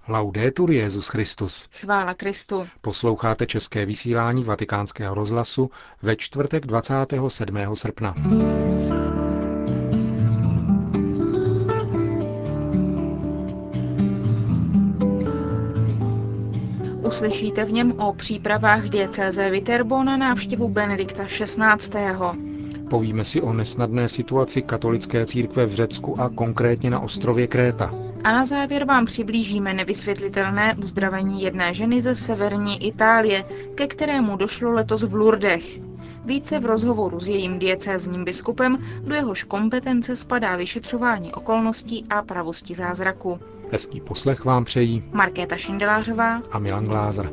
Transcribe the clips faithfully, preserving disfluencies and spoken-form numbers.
Laudetur Jesus Christus. Chvála Kristu. Posloucháte české vysílání Vatikánského rozhlasu ve čtvrtek dvacátého sedmého srpna. Uslyšíte v něm o přípravách diecéze Viterbo na návštěvu Benedikta šestnáctého. Povíme si o nesnadné situaci katolické církve v Řecku a konkrétně na ostrově Kréta. A na závěr vám přiblížíme nevysvětlitelné uzdravení jedné ženy ze severní Itálie, ke kterému došlo letos v Lourdech. Více v rozhovoru s jejím diecézním biskupem, do jehož kompetence spadá vyšetřování okolností a pravosti zázraku. Hezký poslech vám přejí Markéta Šindelářová a Milan Glázer.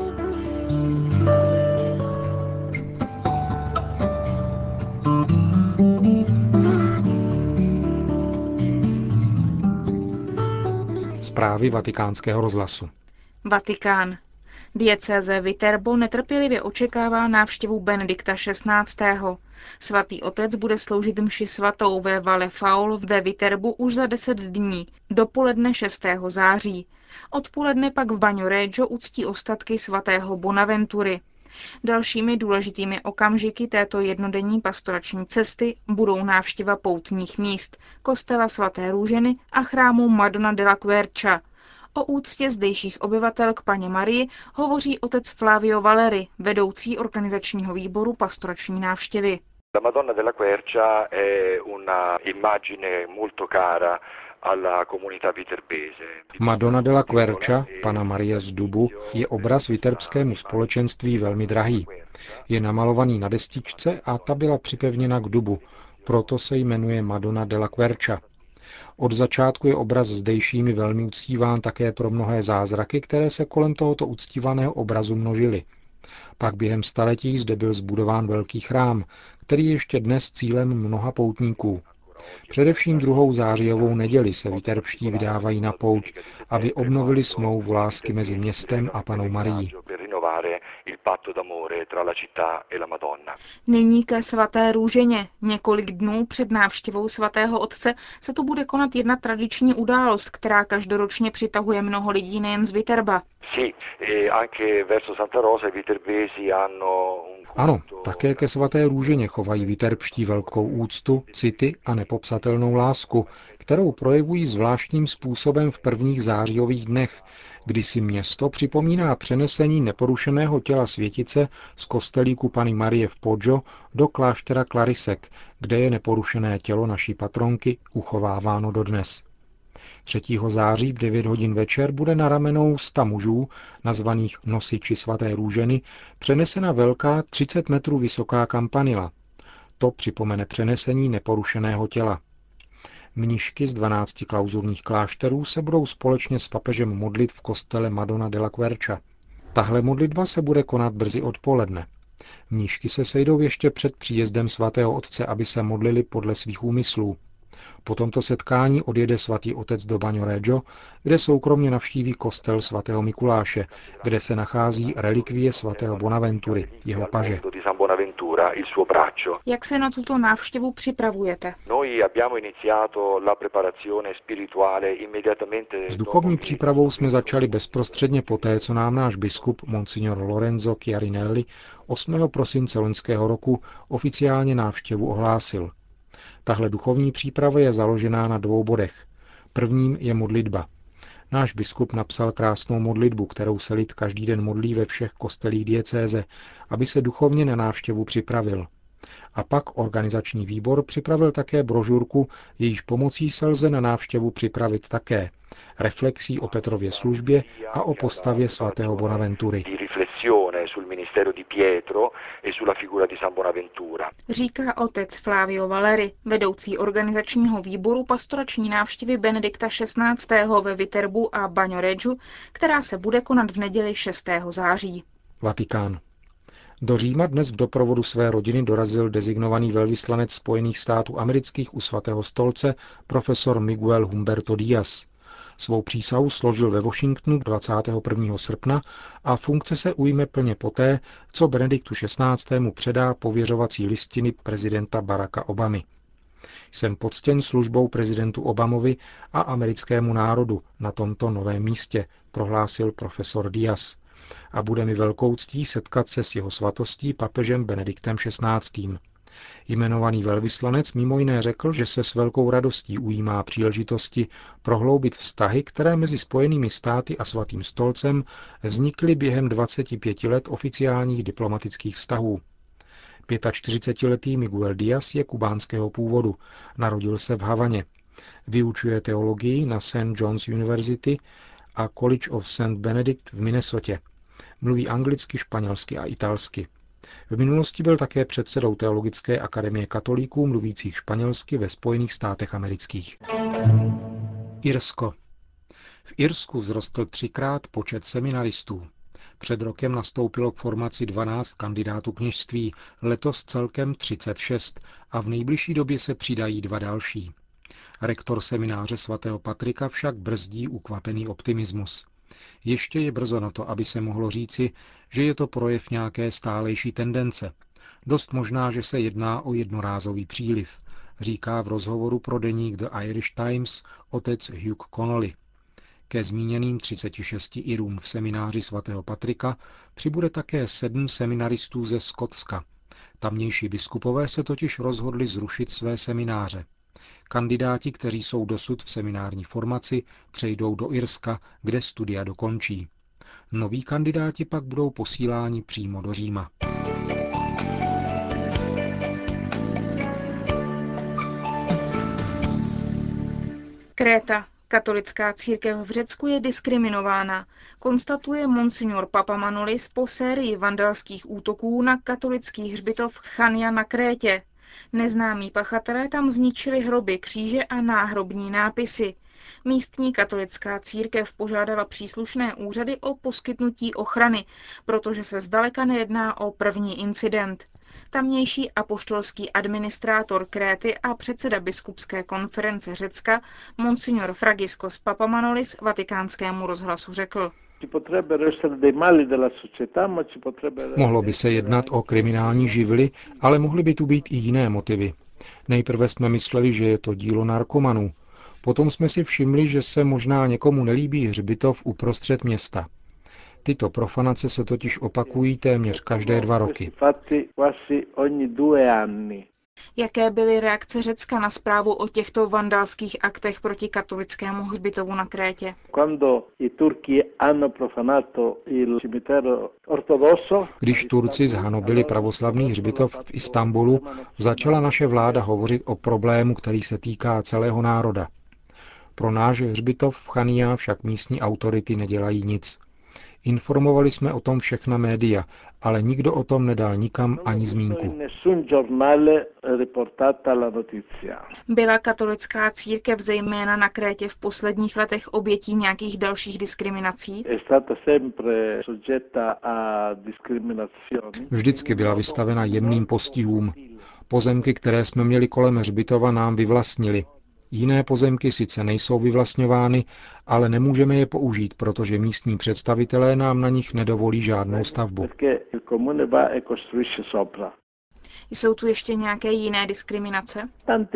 Zprávy Vatikánského rozhlasu. Vatikán. Diecéze Viterbo netrpělivě očekává návštěvu Benedikta šestnáctého. Svatý otec bude sloužit mši svatou ve Valle Faul v de Viterbu už za deset dní, dopoledne šestého září. Odpoledne pak v Bagnoregio uctí ostatky svatého Bonaventury. Dalšími důležitými okamžiky této jednodenní pastorační cesty budou návštěva poutních míst, kostela svaté Růženy a chrámu Madonna della Quercia. O úctě zdejších obyvatel k Panně Marii hovoří otec Flavio Valeri, vedoucí organizačního výboru pastorační návštěvy. La Madonna della Quercia è una immagine molto cara alla comunità viterbese. Madonna della Quercia, Panna Maria z Dubu, je obraz viterbskému společenství velmi drahý. Je namalovaný na destičce a ta byla připevněna k dubu, proto se jmenuje Madonna della Quercia. Od začátku je obraz zdejšími velmi uctíván také pro mnohé zázraky, které se kolem tohoto uctívaného obrazu množily. Pak během staletí zde byl zbudován velký chrám, který je ještě dnes cílem mnoha poutníků. Především druhou zářijovou neděli se viterbští vydávají na pouť, aby obnovili smlouvu lásky mezi městem a Pannou Marií. Nyní ke svaté Růženě. Několik dnů před návštěvou svatého otce se tu bude konat jedna tradiční událost, která každoročně přitahuje mnoho lidí nejen z Viterba. Ano, také ke svaté Růženě chovají viterbští velkou úctu, city a nepopsatelnou lásku, kterou projevují zvláštním způsobem v prvních zářijových dnech, kdy si město připomíná přenesení neporušeného těla světice z kostelíku Panny Marie v Poggio do kláštera Clarisek, kde je neporušené tělo naší patronky uchováváno dodnes. třetího září v devět hodin večer bude na ramenou sta mužů, nazvaných nosiči svaté Růženy, přenesena velká třicet metrů vysoká kampanila. To připomene přenesení neporušeného těla. Mnišky z dvanácti klauzurních klášterů se budou společně s papežem modlit v kostele Madonna della Quercia. Tahle modlitba se bude konat brzy odpoledne. Mnišky se sejdou ještě před příjezdem svatého otce, aby se modlili podle svých úmyslů. Po tomto setkání odjede svatý otec do Bagnoregio, kde soukromně navštíví kostel svatého Mikuláše, kde se nachází relikvie svatého Bonaventury, jeho paže. Jak se na tuto návštěvu připravujete? S duchovní přípravou jsme začali bezprostředně poté, co nám náš biskup Monsignor Lorenzo Chiarinelli osmého prosince loňského roku oficiálně návštěvu ohlásil. Tahle duchovní příprava je založená na dvou bodech. Prvním je modlitba. Náš biskup napsal krásnou modlitbu, kterou se lid každý den modlí ve všech kostelích diecéze, aby se duchovně na návštěvu připravil. A pak organizační výbor připravil také brožurku, jejíž pomocí se lze na návštěvu připravit také. Reflexí o Petrově službě a o postavě svatého Bonaventury. Říká otec Flavio Valeri, vedoucí organizačního výboru pastorační návštěvy Benedikta šestnáctého ve Viterbu a Bagnoregiu, která se bude konat v neděli šestého září. Vatikán. Do Říma dnes v doprovodu své rodiny dorazil designovaný velvyslanec Spojených států amerických u svatého stolce profesor Miguel Humberto Díaz. Svou přísahu složil ve Washingtonu dvacátého prvního srpna a funkce se ujme plně poté, co Benediktu šestnáctému předá pověřovací listiny prezidenta Baracka Obamy. Jsem poctěn službou prezidentu Obamovi a americkému národu na tomto novém místě, prohlásil profesor Diaz. A bude mi velkou ctí setkat se s jeho svatostí papežem Benediktem šestnáctým. Jmenovaný velvyslanec mimo jiné řekl, že se s velkou radostí ujímá příležitosti prohloubit vztahy, které mezi Spojenými státy a Svatým stolcem vznikly během dvaceti pěti let oficiálních diplomatických vztahů. čtyřicetiletý Miguel Díaz je kubánského původu, narodil se v Havaně. Vyučuje teologii na Saint John's University a College of Saint Benedict v Minnesotě. Mluví anglicky, španělsky a italsky. V minulosti byl také předsedou Teologické akademie katolíků mluvících španělsky ve Spojených státech amerických. Irsko. V Irsku vzrostl třikrát počet seminaristů. Před rokem nastoupilo k formaci dvanáct kandidátů kněžství, letos celkem třicet šest a v nejbližší době se přidají dva další. Rektor semináře svatého Patrika však brzdí ukvapený optimismus. Ještě je brzo na to, aby se mohlo říci, že je to projev nějaké stálejší tendence. Dost možná, že se jedná o jednorázový příliv, říká v rozhovoru pro deník The Irish Times otec Hugh Connolly. Ke zmíněným třiceti šesti Irům v semináři svatého Patrika přibude také sedm seminaristů ze Skotska. Tamnější biskupové se totiž rozhodli zrušit své semináře. Kandidáti, kteří jsou dosud v seminární formaci, přejdou do Irska, kde studia dokončí. Noví kandidáti pak budou posíláni přímo do Říma. Kréta. Katolická církev v Řecku je diskriminována, konstatuje monsignor Papamanolis po sérii vandalských útoků na katolický hřbitov Chania na Krétě. Neznámí pachatelé tam zničili hroby, kříže a náhrobní nápisy. Místní katolická církev požádala příslušné úřady o poskytnutí ochrany, protože se zdaleka nejedná o první incident. Tamnější apoštolský administrátor Kréty a předseda biskupské konference Řecka monsignor Fragiskos Papamanolis Vatikánskému rozhlasu řekl. Mohlo by se jednat o kriminální živly, ale mohly by tu být i jiné motivy. Nejprve jsme mysleli, že je to dílo narkomanů. Potom jsme si všimli, že se možná někomu nelíbí hřbitov uprostřed města. Tyto profanace se totiž opakují téměř každé dva roky. Jaké byly reakce Řecka na zprávu o těchto vandalských aktech proti katolickému hřbitovu na Krétě? Když Turci zhanobili pravoslavný hřbitov v Istanbulu, začala naše vláda hovořit o problému, který se týká celého národa. Pro náš hřbitov v Chania však místní autority nedělají nic. Informovali jsme o tom všechna média, ale nikdo o tom nedal nikam ani zmínku. Byla katolická církev zejména na Krétě v posledních letech obětí nějakých dalších diskriminací? Vždycky byla vystavena jemným postihům. Pozemky, které jsme měli kolem hřbitova, nám vyvlastnili. Jiné pozemky sice nejsou vyvlastňovány, ale nemůžeme je použít, protože místní představitelé nám na nich nedovolí žádnou stavbu. Jsou tu ještě nějaké jiné diskriminace?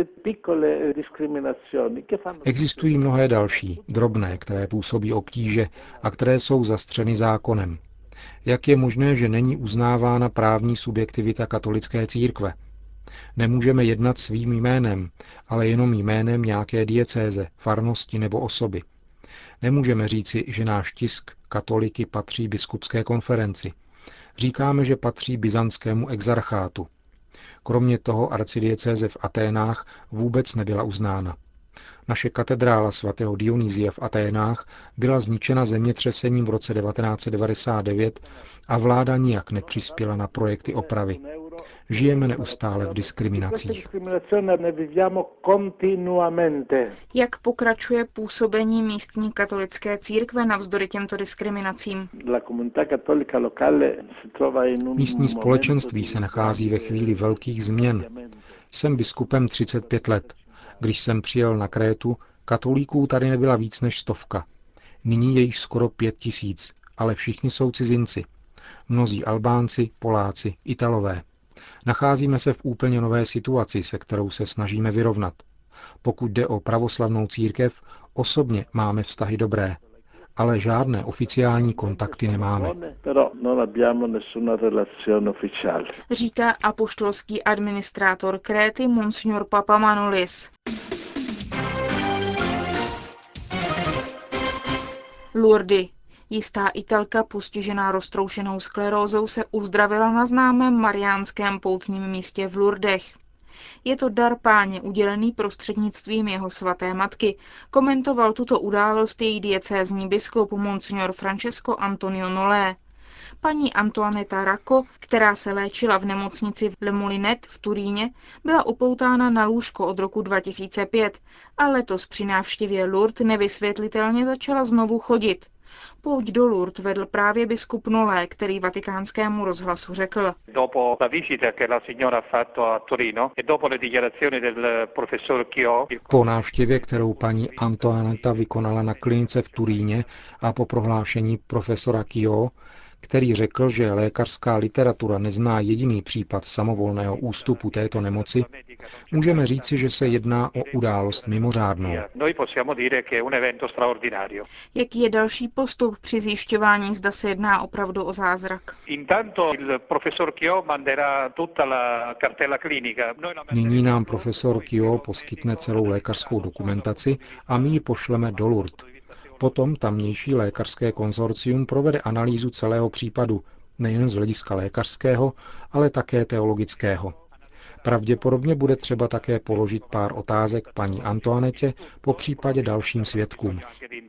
Existují mnohé další, drobné, které působí obtíže a které jsou zastřeny zákonem. Jak je možné, že není uznávána právní subjektivita katolické církve? Nemůžeme jednat svým jménem, ale jenom jménem nějaké diecéze, farnosti nebo osoby. Nemůžeme říci, že náš tisk katoliky patří biskupské konferenci. Říkáme, že patří byzantskému exarchátu. Kromě toho arcidiecéze v Aténách vůbec nebyla uznána. Naše katedrála svatého Dionýsia v Aténách byla zničena zemětřesením v roce devatenáct set devadesát devět a vláda nijak nepřispěla na projekty opravy. Žijeme neustále v diskriminacích. Jak pokračuje působení místní katolické církve navzdory těmto diskriminacím? Místní společenství se nachází ve chvíli velkých změn. Jsem biskupem třicet pět let. Když jsem přijel na Krétu, katolíků tady nebyla víc než stovka. Nyní je jich skoro pět tisíc, ale všichni jsou cizinci. Mnozí Albánci, Poláci, Italové. Nacházíme se v úplně nové situaci, se kterou se snažíme vyrovnat. Pokud jde o pravoslavnou církev, osobně máme vztahy dobré, ale žádné oficiální kontakty nemáme. Říká apoštolský administrátor Kréty Monsignor Papamanolis. Lourdes. Jistá Italka postižená roztroušenou sklerózou se uzdravila na známém mariánském poutním místě v Lourdech. Je to dar Páně udělený prostřednictvím jeho svaté matky, komentoval tuto událost její diecézní biskup Monsignor Francesco Antonio Nolé. Paní Antoaneta Racco, která se léčila v nemocnici v Le Molinet v Turíně, byla upoutána na lůžko od roku dva tisíce pět a letos při návštěvě Lourdes nevysvětlitelně začala znovu chodit. Pouť do Lourdes vedl právě biskup Nolé, který Vatikánskému rozhlasu řekl. Po návštěvě, kterou paní Antoaneta vykonala na klinice v Turíně a po prohlášení profesora Kio, který řekl, že lékařská literatura nezná jediný případ samovolného ústupu této nemoci, můžeme říci, že se jedná o událost mimořádnou. Jaký je další postup při zjišťování, zda se jedná opravdu o zázrak? Nyní nám profesor Kio poskytne celou lékařskou dokumentaci a my ji pošleme do Lourdes. Potom tamnější lékařské konzorcium provede analýzu celého případu, nejen z hlediska lékařského, ale také teologického. Pravděpodobně bude třeba také položit pár otázek paní Antoanetě, po případě dalším svědkům.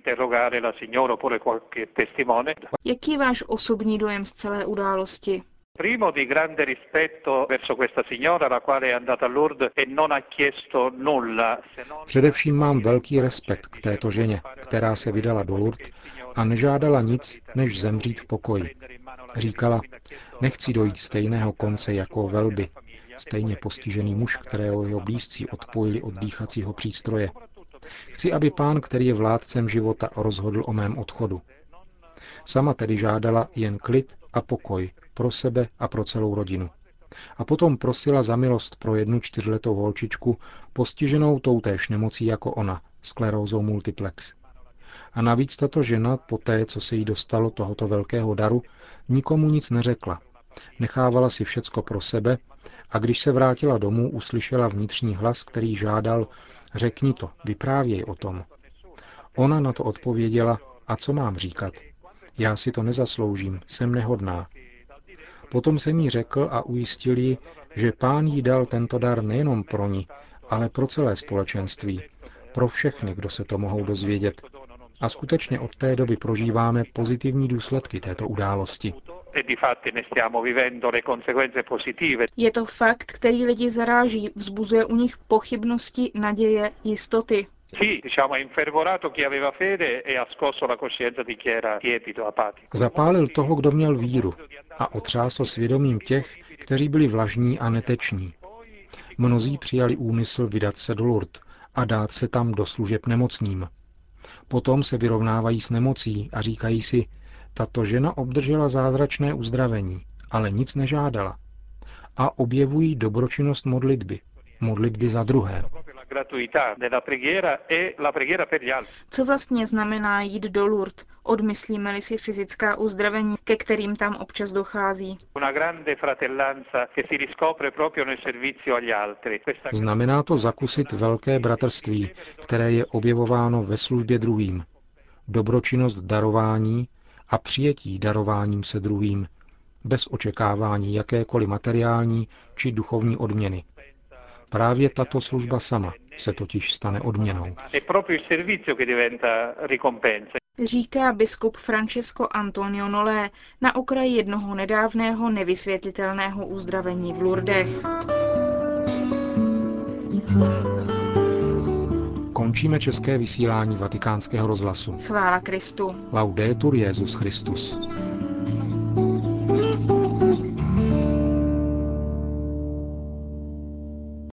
Jaký je váš osobní dojem z celé události? Primo di grande rispetto verso questa signora, la quale è andata a Lourdes e non ha chiesto nulla. Především mám velký respekt k této ženě, která se vydala do Lourdes a nežádala nic, než zemřít v pokoji. Říkala, nechci dojít stejného konce jako Velby, stejně postižený muž, kterého jeho blízcí odpojili od dýchacího přístroje. Chci, aby Pán, který je vládcem života, rozhodl o mém odchodu. Sama tedy žádala jen klid a pokoj pro sebe a pro celou rodinu. A potom prosila za milost pro jednu čtyřletou holčičku, postiženou toutéž nemocí jako ona, sklerózou multiplex. A navíc tato žena, poté, co se jí dostalo tohoto velkého daru, nikomu nic neřekla. Nechávala si všecko pro sebe a když se vrátila domů, uslyšela vnitřní hlas, který žádal, řekni to, vyprávěj o tom. Ona na to odpověděla, a co mám říkat? Já si to nezasloužím, jsem nehodná. Potom jsem jí řekl a ujistil ji, že Pán jí dal tento dar nejenom pro ní, ale pro celé společenství, pro všechny, kdo se to mohou dozvědět. A skutečně od té doby prožíváme pozitivní důsledky této události. Je to fakt, který lidi zaráží, vzbuzuje u nich pochybnosti, naděje, jistoty. Zapálil toho, kdo měl víru, a otřásl svědomím těch, kteří byli vlažní a neteční. Mnozí přijali úmysl vydat se do Lourdes a dát se tam do služeb nemocným. Potom se vyrovnávají s nemocí a říkají si, tato žena obdržela zázračné uzdravení, ale nic nežádala. A objevují dobročinnost modlitby, modlitby za druhé. Co vlastně znamená jít do Lourdes? Odmyslíme-li si fyzická uzdravení, ke kterým tam občas dochází? Znamená to zakusit velké bratrství, které je objevováno ve službě druhým. Dobročinnost darování a přijetí darováním se druhým, bez očekávání jakékoliv materiální či duchovní odměny. Právě tato služba sama se totiž stane odměnou. Říká biskup Francesco Antonio Nolé na okraji jednoho nedávného nevysvětlitelného uzdravení v Lourdech. Končíme české vysílání Vatikánského rozhlasu. Chvála Kristu. Laudetur Jesus Christus.